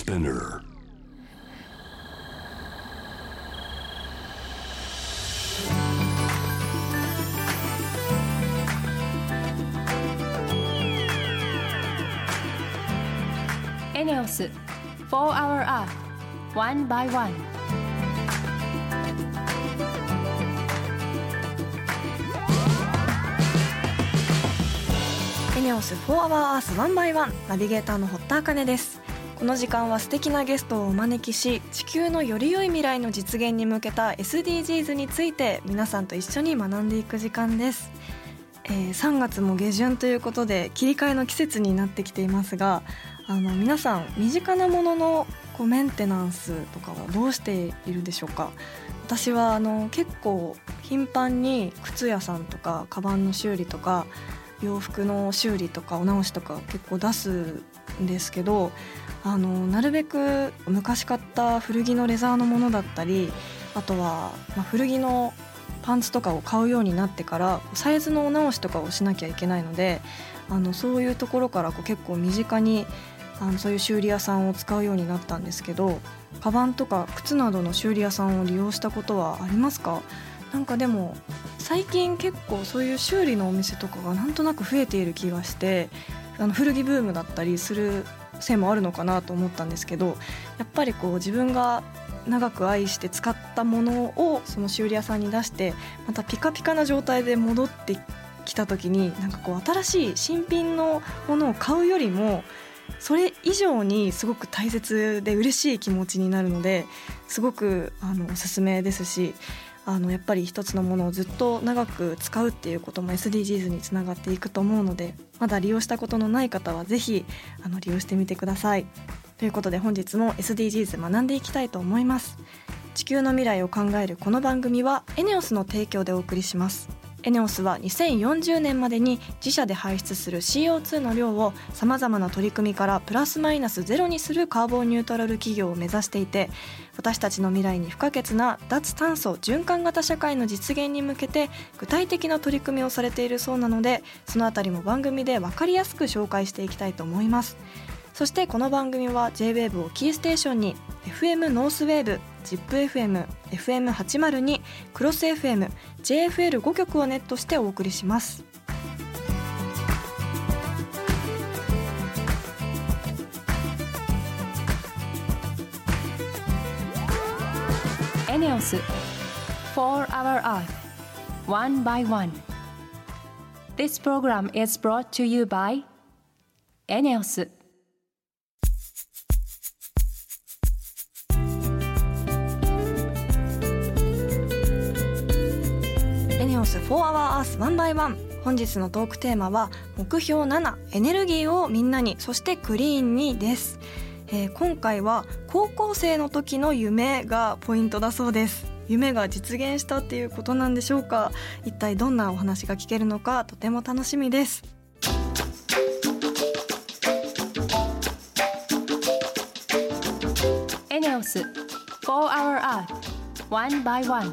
Spinner. ENEOS 4-Hour Earth One by One。 ENEOS 4-Hour Earth One by One、ナビゲーターの堀田茜です。この時間は素敵なゲストをお招きし、地球のより良い未来の実現に向けた SDGs について皆さんと一緒に学んでいく時間です。3月も下旬ということで切り替えの季節になってきていますが、皆さん身近なもののメンテナンスとかはどうしているでしょうか。私は結構頻繁に靴屋さんとかカバンの修理とか洋服の修理とかお直しとか結構出すんですけど、なるべく昔買った古着のレザーのものだったり、あとは古着のパンツとかを買うようになってからサイズのお直しとかをしなきゃいけないので、そういうところから結構身近にそういう修理屋さんを使うようになったんですけど、カバンとか靴などの修理屋さんを利用したことはありますか？なんかでも最近結構そういう修理のお店とかがなんとなく増えている気がして、古着ブームだったりするせいもあるのかなと思ったんですけど、やっぱり自分が長く愛して使ったものをその修理屋さんに出してまたピカピカな状態で戻ってきた時に、なんか新しい新品のものを買うよりもそれ以上にすごく大切で嬉しい気持ちになるので、すごくおすすめですし、やっぱり一つのものをずっと長く使うっていうことも SDGs につながっていくと思うので、まだ利用したことのない方はぜひ利用してみてください。ということで本日も SDGs 学んでいきたいと思います。地球の未来を考えるこの番組は ENEOS の提供でお送りします。ENEOS は2040年までに自社で排出する CO2 の量をさまざまな取り組みからプラスマイナスゼロにするカーボンニュートラル企業を目指していて、私たちの未来に不可欠な脱炭素循環型社会の実現に向けて具体的な取り組みをされているそうなので、そのあたりも番組で分かりやすく紹介していきたいと思います。そしてこの番組は J-WAVE をキーステーションに FM ノースウェーブ、ZIPFM、FM802、クロス FM、JFL5 曲をネットしてお送りします。 ENEOS 4-Hour Earth One by One。 This program is brought to you by ENEOS。 ENEOS 4-Hour Earth One by One。 本日のトークテーマは目標7、エネルギーをみんなに、そしてクリーンにです。今回は高校生の時の夢がポイントだそうです。夢が実現したっていうことなんでしょうか。一体どんなお話が聞けるのかとても楽しみです。 ENEOS 4-Hour Earth One by One。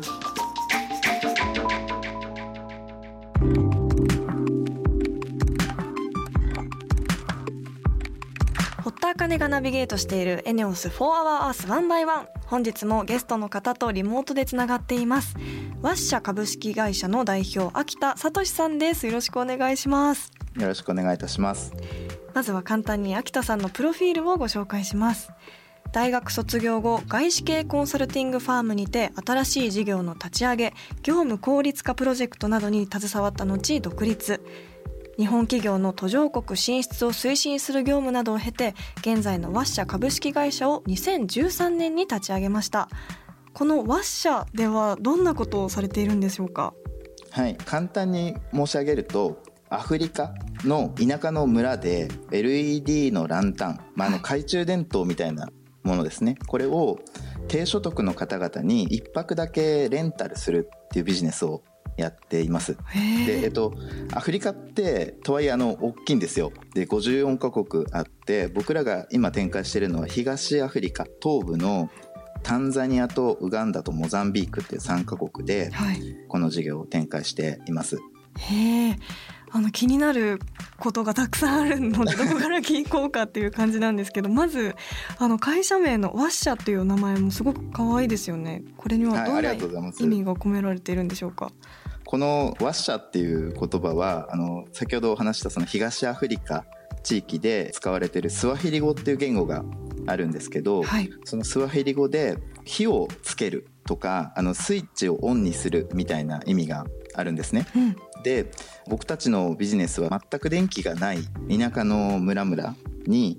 堀田茜がナビゲートしている ENEOS 4-Hour Earth One by One。 本日もゲストの方とリモートでつながっています。ワッシャ株式会社の代表秋田聡さんです。よろしくお願いします。 よろしくお願いいたします。 まずは簡単に秋田さんのプロフィールをご紹介します。大学卒業後、外資系コンサルティングファームにて新しい事業の立ち上げ、業務効率化プロジェクトなどに携わった後独立。日本企業の途上国進出を推進する業務などを経て、現在のワッシャ株式会社を2013年に立ち上げました。このワッシャではどんなことをされているんでしょうか？ はい、簡単に申し上げると、アフリカの田舎の村で LED のランタン、懐中電灯みたいなものですね、これを低所得の方々に1泊だけレンタルするっていうビジネスをやっています。で、アフリカってとはいえ大きいんですよ。で54カ国あって、僕らが今展開しているのは東アフリカ東部のタンザニアとウガンダとモザンビークっていう3カ国でこの事業を展開しています。 へー、 気になることがたくさんあるのでどこから聞こうかっていう感じなんですけど、まず会社名のワッシャという名前もすごく可愛いですよね。これにはどんな意味が込められているんでしょうか。 このワッシャっていう言葉は先ほどお話したその東アフリカ地域で使われているスワヒリ語っていう言語があるんですけど、はい、そのスワヒリ語で火をつけるとかスイッチをオンにするみたいな意味があるんですね、で僕たちのビジネスは全く電気がない田舎の村々に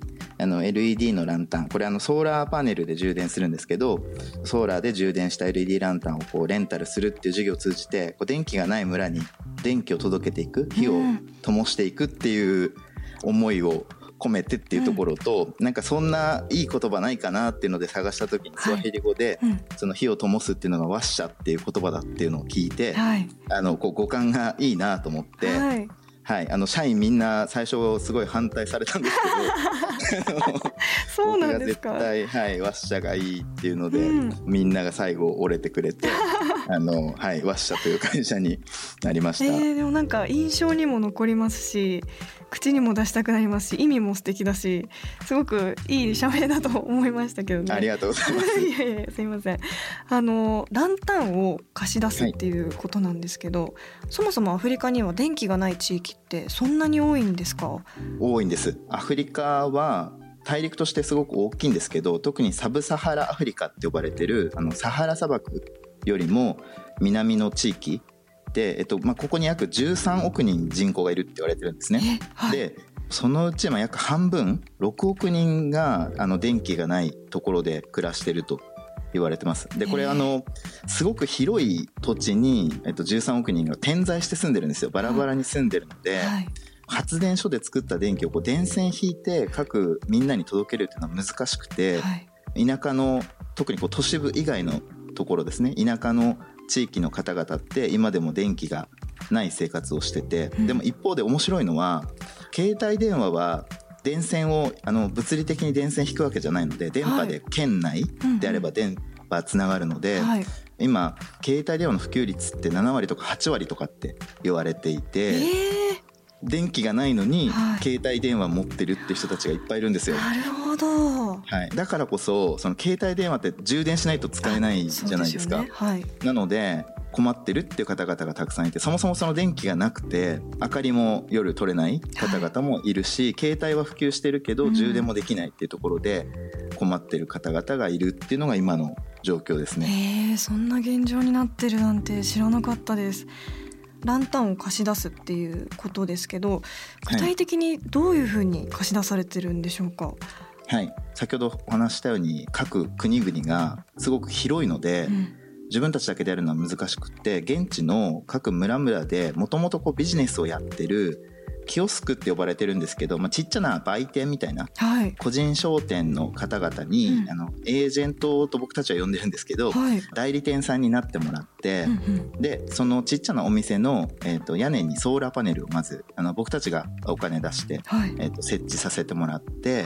LED のランタン、これソーラーパネルで充電するんですけど、ソーラーで充電した LED ランタンをレンタルするっていう事業を通じて電気がない村に電気を届けていく、火を灯していくっていう思いを込めてっていうところと、なんかそんないい言葉ないかなっていうので探した時にスワヒリ語でその火を灯すっていうのがワッシャっていう言葉だっていうのを聞いて、語感がいいなと思って、社員みんな最初すごい反対されたんですけどそうなんですか。 僕が絶対、ワッシャがいいっていうので、みんなが最後折れてくれてワッシャという会社になりました。 でもなんか印象にも残りますし、口にも出したくなりますし、意味も素敵だし、すごくいい社名だと思いましたけどね。 ありがとうございますいやすいません。ランタンを貸し出すっていうことなんですけど、そもそもアフリカには電気がない地域ってそんなに多いんですか？ 多いんです。アフリカは大陸としてすごく大きいんですけど、特にサブサハラアフリカって呼ばれてるサハラ砂漠よりも南の地域で、ここに約13億人人口がいるって言われてるんですね、でそのうち約半分6億人が電気がないところで暮らしてると言われてます。でこれすごく広い土地に、13億人が点在して住んでるんですよ。バラバラに住んでるので、発電所で作った電気を電線引いて各みんなに届けるっていうのは難しくて、田舎の特に都市部以外のところですね、田舎の地域の方々って今でも電気がない生活をしてて、でも一方で面白いのは携帯電話は電線を物理的に電線引くわけじゃないので、電波で県内であれば電波つながるので、今携帯電話の普及率って7割とか8割とかって言われていて、電気がないのに携帯電話持ってるって人たちがいっぱいいるんですよ。 なるほど、 だからこそその携帯電話って充電しないと使えないじゃないですか。なので困ってるっていう方々がたくさんいて、そもそもその電気がなくて明かりも夜取れない方々もいるし、携帯は普及してるけど充電もできないっていうところで困ってる方々がいるっていうのが今の状況ですね。 そんな現状になってるなんて知らなかったです。ランタンを貸し出すっていうことですけど、具体的にどういうふうに貸し出されてるんでしょうか？ 先ほどお話したように各国々がすごく広いので、自分たちだけでやるのは難しくって、現地の各村々でもともとビジネスをやってるキオスクって呼ばれてるんですけど、ちっちゃな売店みたいな、個人商店の方々に、エージェントと僕たちは呼んでるんですけど、代理店さんになってもらって、でそのちっちゃなお店の、屋根にソーラーパネルをまず僕たちがお金出して、設置させてもらって、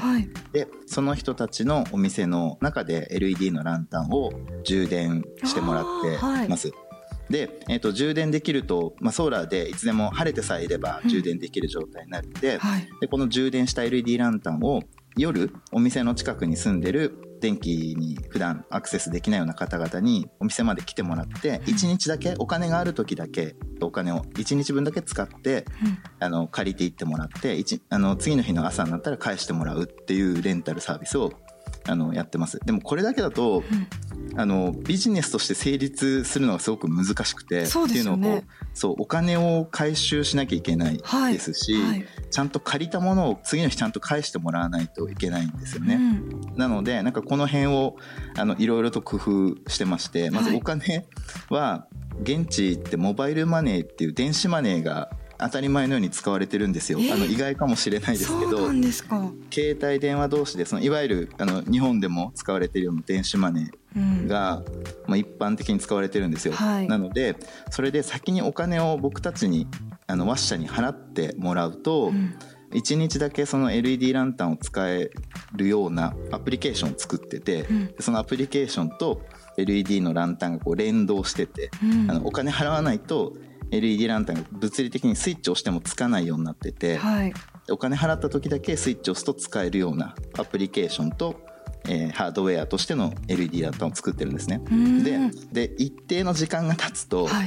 でその人たちのお店の中で LED のランタンを充電してもらってます。で充電できると、ソーラーでいつでも晴れてさえいれば充電できる状態になるので、でこの充電した LED ランタンを夜お店の近くに住んでる電気に普段アクセスできないような方々にお店まで来てもらって、1日だけお金がある時だけお金を1日分だけ使って、借りていってもらって次の日の朝になったら返してもらうっていうレンタルサービスをやってます。でもこれだけだと、ビジネスとして成立するのがすごく難しくて、 そうですよね、 っていうのをお金を回収しなきゃいけないですし、ちゃんと借りたものを次の日ちゃんと返してもらわないといけないんですよね、なのでこの辺をいろいろと工夫してまして、まずお金は現地ってモバイルマネーっていう電子マネーが当たり前のように使われてるんですよ。意外かもしれないですけど、 そうなんですか。 携帯電話同士でいわゆる日本でも使われているような電子マネーが、一般的に使われてるんですよ、なのでそれで先にお金を僕たちにワッシャに払ってもらうと、1日だけその LED ランタンを使えるようなアプリケーションを作ってて、そのアプリケーションと LED のランタンが連動してて、お金払わないと LED ランタンが物理的にスイッチを押してもつかないようになってて、 はい、 お金払った時だけスイッチを押すと使えるようなアプリケーションと、ハードウェアとしての LED ランタンを作ってるんですね。で一定の時間が経つと、はい、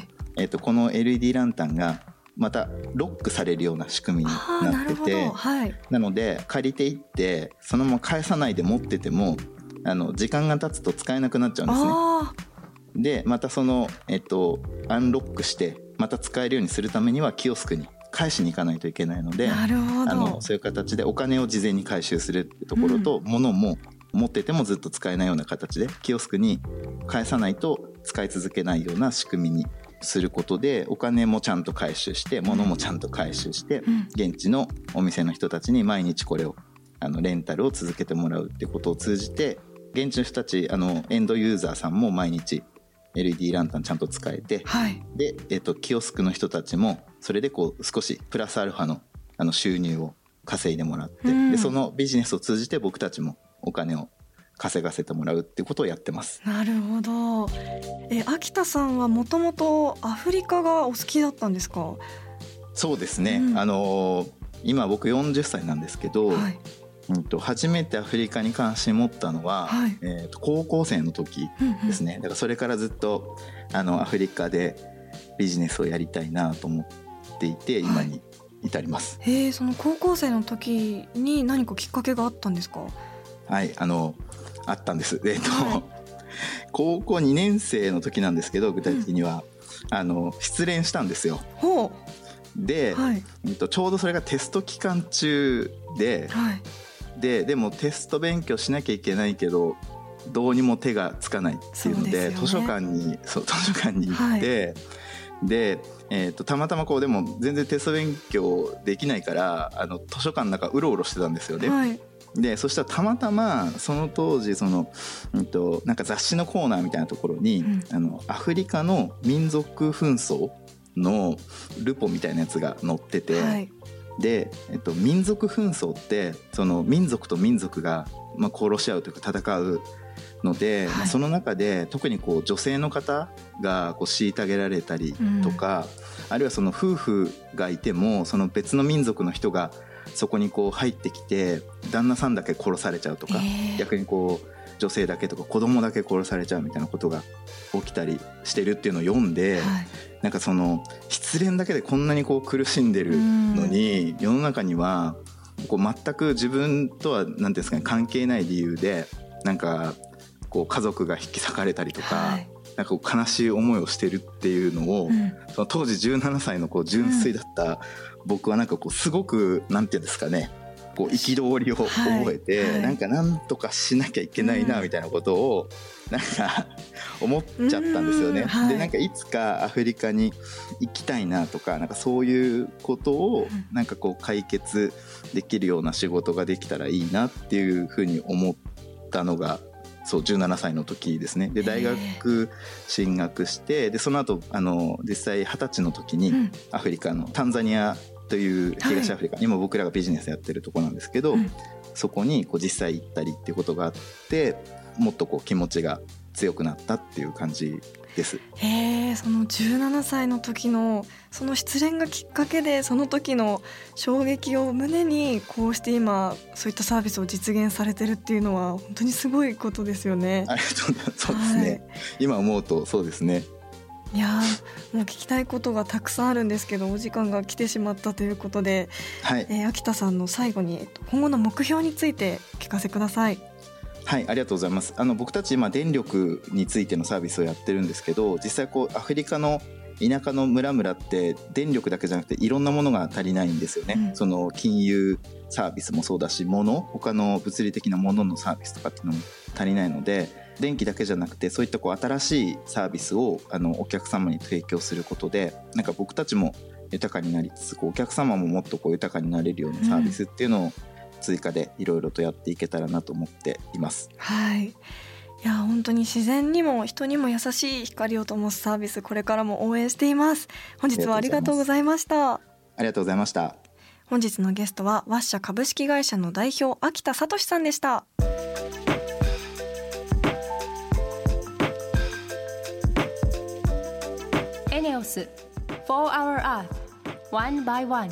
この LED ランタンがまたロックされるような仕組みになってて、はい、なので借りていってそのまま返さないで持ってても時間が経つと使えなくなっちゃうんですね。でまたその、アンロックしてまた使えるようにするためにはキオスクに返しに行かないといけないので、 なるほど、 そういう形でお金を事前に回収するってところと、物も持っててもずっと使えないような形でキオスクに返さないと使い続けないような仕組みにすることで、お金もちゃんと回収して物もちゃんと回収して、現地のお店の人たちに毎日これをレンタルを続けてもらうってことを通じて、現地の人たちエンドユーザーさんも毎日 LED ランタンちゃんと使えて、はい、で、キオスクの人たちもそれでこう少しプラスアルファの収入を稼いでもらって、でそのビジネスを通じて僕たちもお金を稼がせてもらうっていうことをやってます。 なるほど。秋田さんはもともとアフリカがお好きだったんですか？ そうですね、今僕40歳なんですけど、はい、初めてアフリカに関心持ったのは、はい、高校生の時ですね。だからそれからずっとアフリカでビジネスをやりたいなと思っていて、今に至ります。 その高校生の時に何かきっかけがあったんですか？ はい、あったんです。はい、高校2年生の時なんですけど、具体的には、失恋したんですよ。 ほう。 で、はい、ちょうどそれがテスト期間中で、はい、でもテスト勉強しなきゃいけないけどどうにも手がつかないっていうので、図書館に行って、はい、で、たまたまこうでも全然テスト勉強できないから図書館の中うろうろしてたんですよね。はい、でそしたらたまたまその当時なんか雑誌のコーナーみたいなところに、アフリカの民族紛争のルポみたいなやつが載ってて、はい、で、民族紛争ってその民族と民族が、殺し合うというか戦うので、はい、その中で特にこう女性の方がこう虐げられたりとか、あるいはその夫婦がいてもその別の民族の人がそこにこう入ってきて旦那さんだけ殺されちゃうとか、逆にこう女性だけとか子供だけ殺されちゃうみたいなことが起きたりしてるっていうのを読んで、はい、なんかその失恋だけでこんなにこう苦しんでるのに、世の中にはこう全く自分とはなんていうんですかね、関係ない理由でなんかこう家族が引き裂かれたりとか、はい、なんかこう悲しい思いをしてるっていうのを、その当時17歳のこう純粋だった僕はなんかこうすごくなんていうんですかね、こう憤りを覚えて、はいはい、なんとかしなきゃいけないなみたいなことをなんか思っちゃったんですよね。はい、でなんかいつかアフリカに行きたいなとか、なんかそういうことをなんかこう解決できるような仕事ができたらいいなっていうふうに思ったのがそう17歳の時ですね。で大学進学して、でその後実際20歳の時にアフリカのタンザニアという東アフリカ、はい、今僕らがビジネスやってるところなんですけど、そこにこう実際行ったりっていうことがあって、もっとこう気持ちが強くなったっていう感じです。 その17歳の時のその失恋がきっかけで、その時の衝撃を胸にこうして今そういったサービスを実現されてるっていうのは本当にすごいことですよね。 ありがとうございます。そうですね、はい、今思うとそうですね。 いやもう聞きたいことがたくさんあるんですけど、お時間が来てしまったということで、はい、秋田さんの最後に今後の目標について聞かせください。 はい、ありがとうございます。僕たち今電力についてのサービスをやってるんですけど、実際こうアフリカの田舎の村々って電力だけじゃなくていろんなものが足りないんですよね。その金融サービスもそうだし、他の物理的なもののサービスとかっていうのも足りないので、電気だけじゃなくてそういったこう新しいサービスをお客様に提供することで、なんか僕たちも豊かになりつつ、お客様ももっとこう豊かになれるようなサービスっていうのを追加でいろいろとやっていけたらなと思っています。 はい、いや本当に自然にも人にも優しい光を灯すサービス、これからも応援しています。本日はありがとうございました。 ありがとうございました。 本日のゲストはワッシャ株式会社の代表秋田聡さんでした。 エネオス For our Earth, One by One。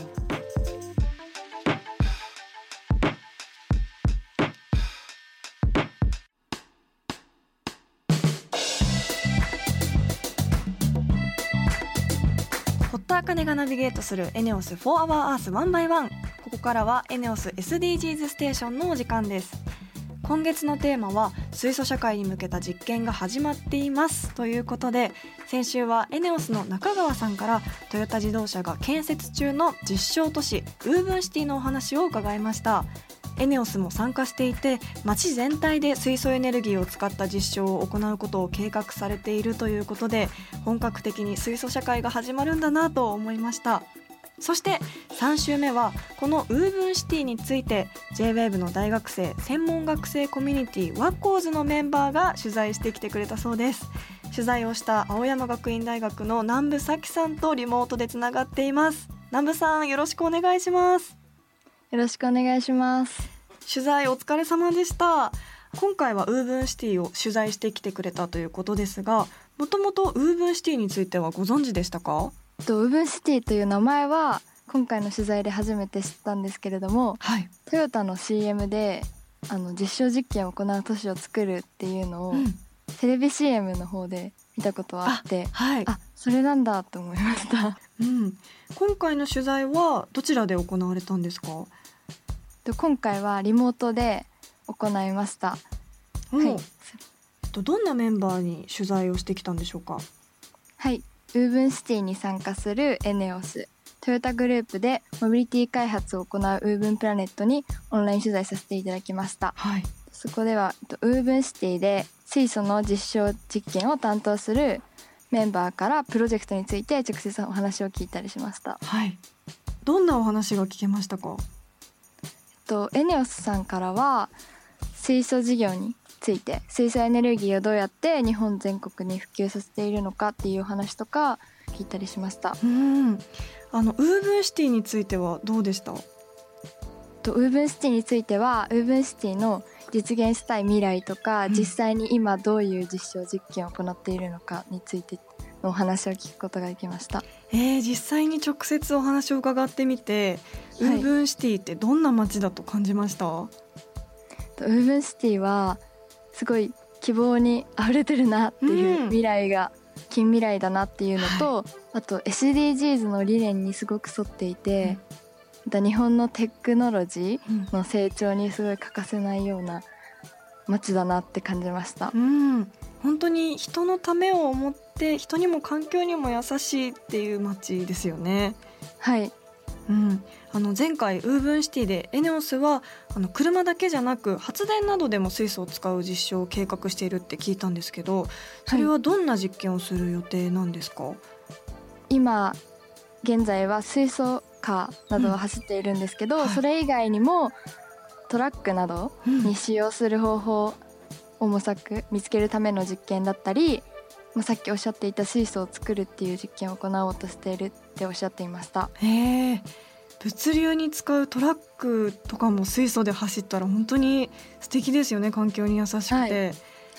堀田茜がナビゲートするエネオス For Our Earth One by One。ここからはエネオス SDGs ステーションのお時間です。今月のテーマは水素社会に向けた実験が始まっていますということで、先週はエネオスの中川さんからトヨタ自動車が建設中の実証都市ウーブンシティのお話を伺いました。エネオスも参加していて、街全体で水素エネルギーを使った実証を行うことを計画されているということで、本格的に水素社会が始まるんだなと思いました。そして3週目はこのウーブンシティについて J-WAVE の大学生専門学生コミュニティワッコーズのメンバーが取材してきてくれたそうです。取材をした青山学院大学の南部咲さんとリモートでつながっています。南部さん、よろしくお願いします。 よろしくお願いします。 取材お疲れ様でした。今回はウーブンシティを取材してきてくれたということですが、もともとウーブンシティについてはご存知でしたか？ ウーブンシティという名前は今回の取材で初めて知ったんですけれども、 はい、 トヨタの CM で実証実験を行う都市を作るっていうのを、テレビ CM の方で見たことはあって、それなんだと思いました。 今回の取材はどちらで行われたんですか？ 今回はリモートで行いました。 どんなメンバーに取材をしてきたんでしょうか？ はい、ウーブンシティに参加するエネオス、トヨタグループでモビリティ開発を行うウーブンプラネットにオンライン取材させていただきました。そこではウーブンシティで水素の実証実験を担当するメンバーからプロジェクトについて直接お話を聞いたりしました。 どんなお話が聞けましたか？ エネオスさんからは水素事業について、水素エネルギーをどうやって日本全国に普及させているのかっていうお話とか聞いたりしました。 ウーブンシティについてはどうでした？ ウーブンシティについてはウーブンシティの実現したい未来とか、実際に今どういう実証実験を行っているのかについてのお話を聞くことができました。 実際に直接お話を伺ってみて、ウーブンシティってどんな街だと感じました？ ウーブンシティはすごい希望にあふれてるなっていう未来が、近未来だなっていうのと、あと SDGs の理念にすごく沿っていて、また日本のテクノロジーの成長にすごい欠かせないような街だなって感じました。 本当に人のためを思って人にも環境にも優しいっていう街ですよね。前回ウーブンシティでエネオスは車だけじゃなく発電などでも水素を使う実証を計画しているって聞いたんですけど、それはどんな実験をする予定なんですか？ 今現在は水素カーなどを走っているんですけど、それ以外にもトラックなどに使用する方法を見つけるための実験だったり、さっきおっしゃっていた水素を作るっていう実験を行おうとしているっておっしゃっていました。 物流に使うトラックとかも水素で走ったら本当に素敵ですよね。環境に優しくて、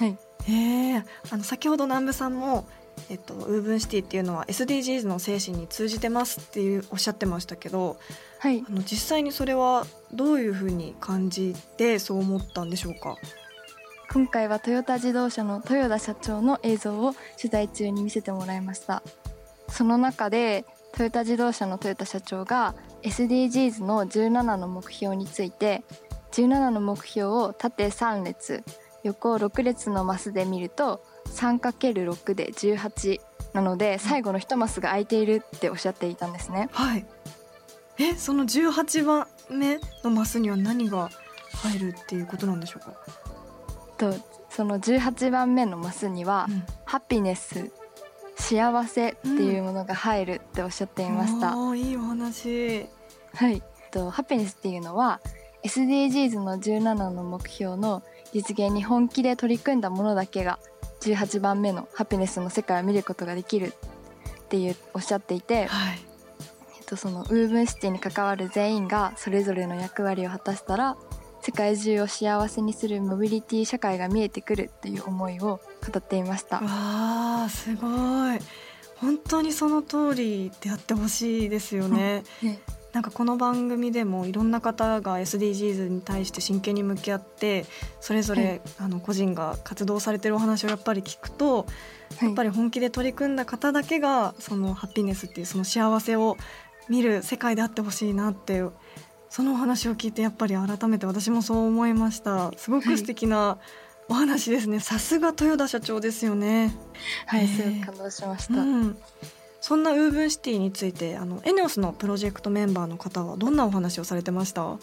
先ほど南部さんも、ウーブンシティっていうのは SDGs の精神に通じてますっておっしゃってましたけど、実際にそれはどういうふうに感じてそう思ったんでしょうか？ 今回はトヨタ自動車の豊田社長の映像を取材中に見せてもらいました。その中でトヨタ自動車の豊田社長が SDGs の17の目標について、17の目標を縦3列横6列のマスで見ると 3×6 で18なので、最後の1マスが空いているっておっしゃっていたんですね。 その18番目のマスには何が入るっていうことなんでしょうか？ その18番目のマスには、ハピネス、幸せっていうものが入るっておっしゃっていました。 いいお話。 ハピネスっていうのは SDGs の17の目標の実現に本気で取り組んだものだけが18番目のハピネスの世界を見ることができるっておっしゃっていて、そのウーブンシティに関わる全員がそれぞれの役割を果たしたら、世界中を幸せにするモビリティ社会が見えてくるという思いを語っていました。 すごい。 本当にその通りであってほしいですよね、なんかこの番組でもいろんな方が SDGs に対して真剣に向き合ってそれぞれ、個人が活動されてるお話をやっぱり聞くと、やっぱり本気で取り組んだ方だけがそのハピネスっていうその幸せを見る世界であってほしいなって、そのお話を聞いてやっぱり改めて私もそう思いました。すごく素敵なお話ですね。さすが豊田社長ですよね。 はい、すごく感動しました、 そんなウーブンシティについてエネオスのプロジェクトメンバーの方はどんなお話をされてました？ はい、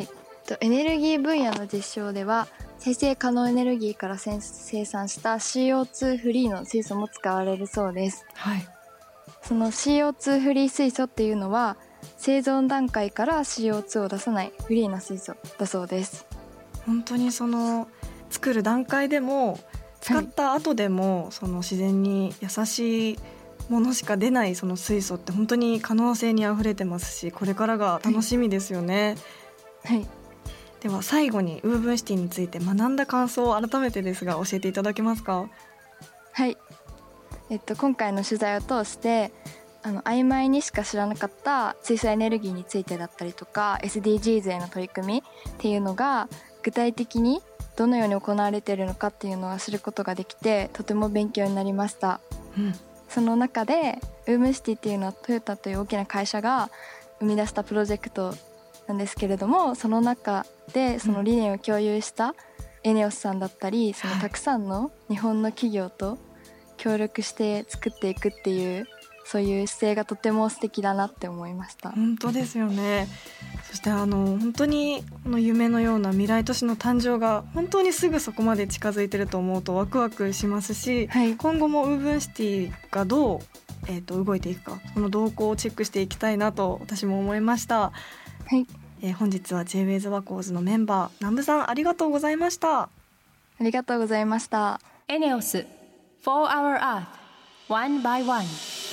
エネルギー分野の実証では再生可能エネルギーから生産した CO2 フリーの水素も使われるそうです、その CO2 フリー水素っていうのは生存段階から CO2 を出さないフリーな水素だそうです。 本当にその作る段階でも使った後でも、その自然に優しいものしか出ないその水素って本当に可能性にあふれてますし、これからが楽しみですよね。では最後にウーブンシティについて学んだ感想を改めてですが教えていただけますか？ はい、今回の取材を通して曖昧にしか知らなかった水素エネルギーについてだったりとか SDGs への取り組みっていうのが具体的にどのように行われているのかっていうのを知ることができてとても勉強になりました、その中でウーブンシティっていうのはトヨタという大きな会社が生み出したプロジェクトなんですけれども、その中でその理念を共有したエネオスさんだったり、そのたくさんの日本の企業と協力して作っていくっていうそういう姿勢がとても素敵だなって思いました。 本当ですよね。そして本当にこの夢のような未来都市の誕生が本当にすぐそこまで近づいてると思うとワクワクしますし、今後もウーブンシティがどう、動いていくかその動向をチェックしていきたいなと私も思いました。本日は J-WAYS ワコーズのメンバー南部さんありがとうございました。 ありがとうございました。 エネオス For Our Earth One by One。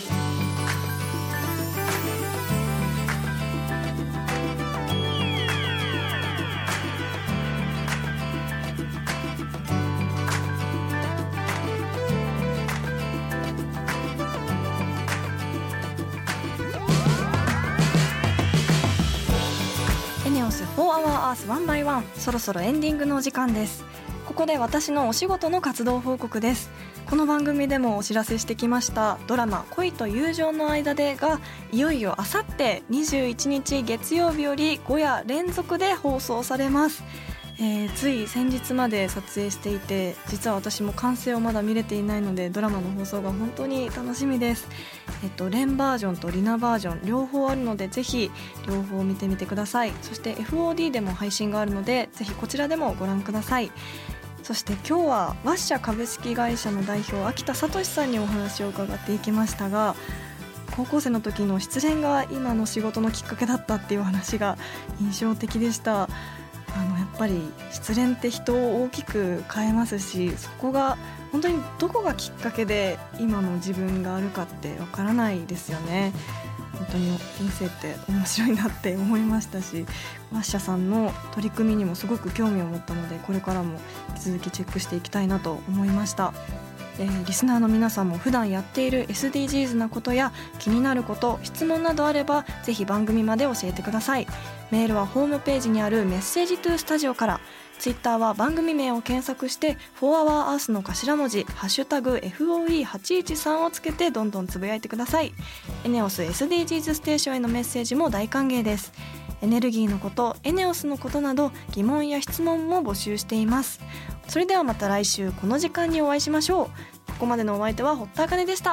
エネオス For Our Earth One by One、 そろそろエンディングのお時間です。ここで私のお仕事の活動報告です。この番組でもお知らせしてきましたドラマ恋と友情の間でがいよいよあさって21日月曜日より5夜連続で放送されます。つい先日まで撮影していて実は私も完成をまだ見れていないのでドラマの放送が本当に楽しみです。レンバージョンとリナバージョン両方あるのでぜひ両方見てみてください。そして FOD でも配信があるのでぜひこちらでもご覧ください。そして今日はワッシャ株式会社の代表秋田聡さんにお話を伺っていきましたが、高校生の時の失恋が今の仕事のきっかけだったっていう話が印象的でした。やっぱり失恋って人を大きく変えますし、そこが本当にどこがきっかけで今の自分があるかってわからないですよね。本当に人生って面白いなって思いましたし、ワッシャさんの取り組みにもすごく興味を持ったのでこれからも引き続きチェックしていきたいなと思いました。リスナーの皆さんも普段やっている SDGs なことや気になること、質問などあればぜひ番組まで教えてください。メールはホームページにあるメッセージトゥースタジオから、ツイッターは番組名を検索してFor Our Earthの頭文字ハッシュタグ FOE813 をつけてどんどんつぶやいてください。エネオス SDGs ステーションへのメッセージも大歓迎です。エネルギーのこと、エネオスのことなど疑問や質問も募集しています。それではまた来週この時間にお会いしましょう。ここまでのお相手は堀田茜でした。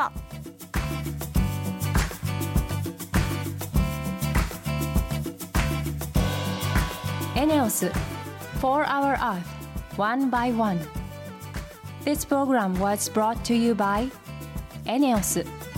エネオス For Our Earth One by One。 This program was brought to you by エネオス。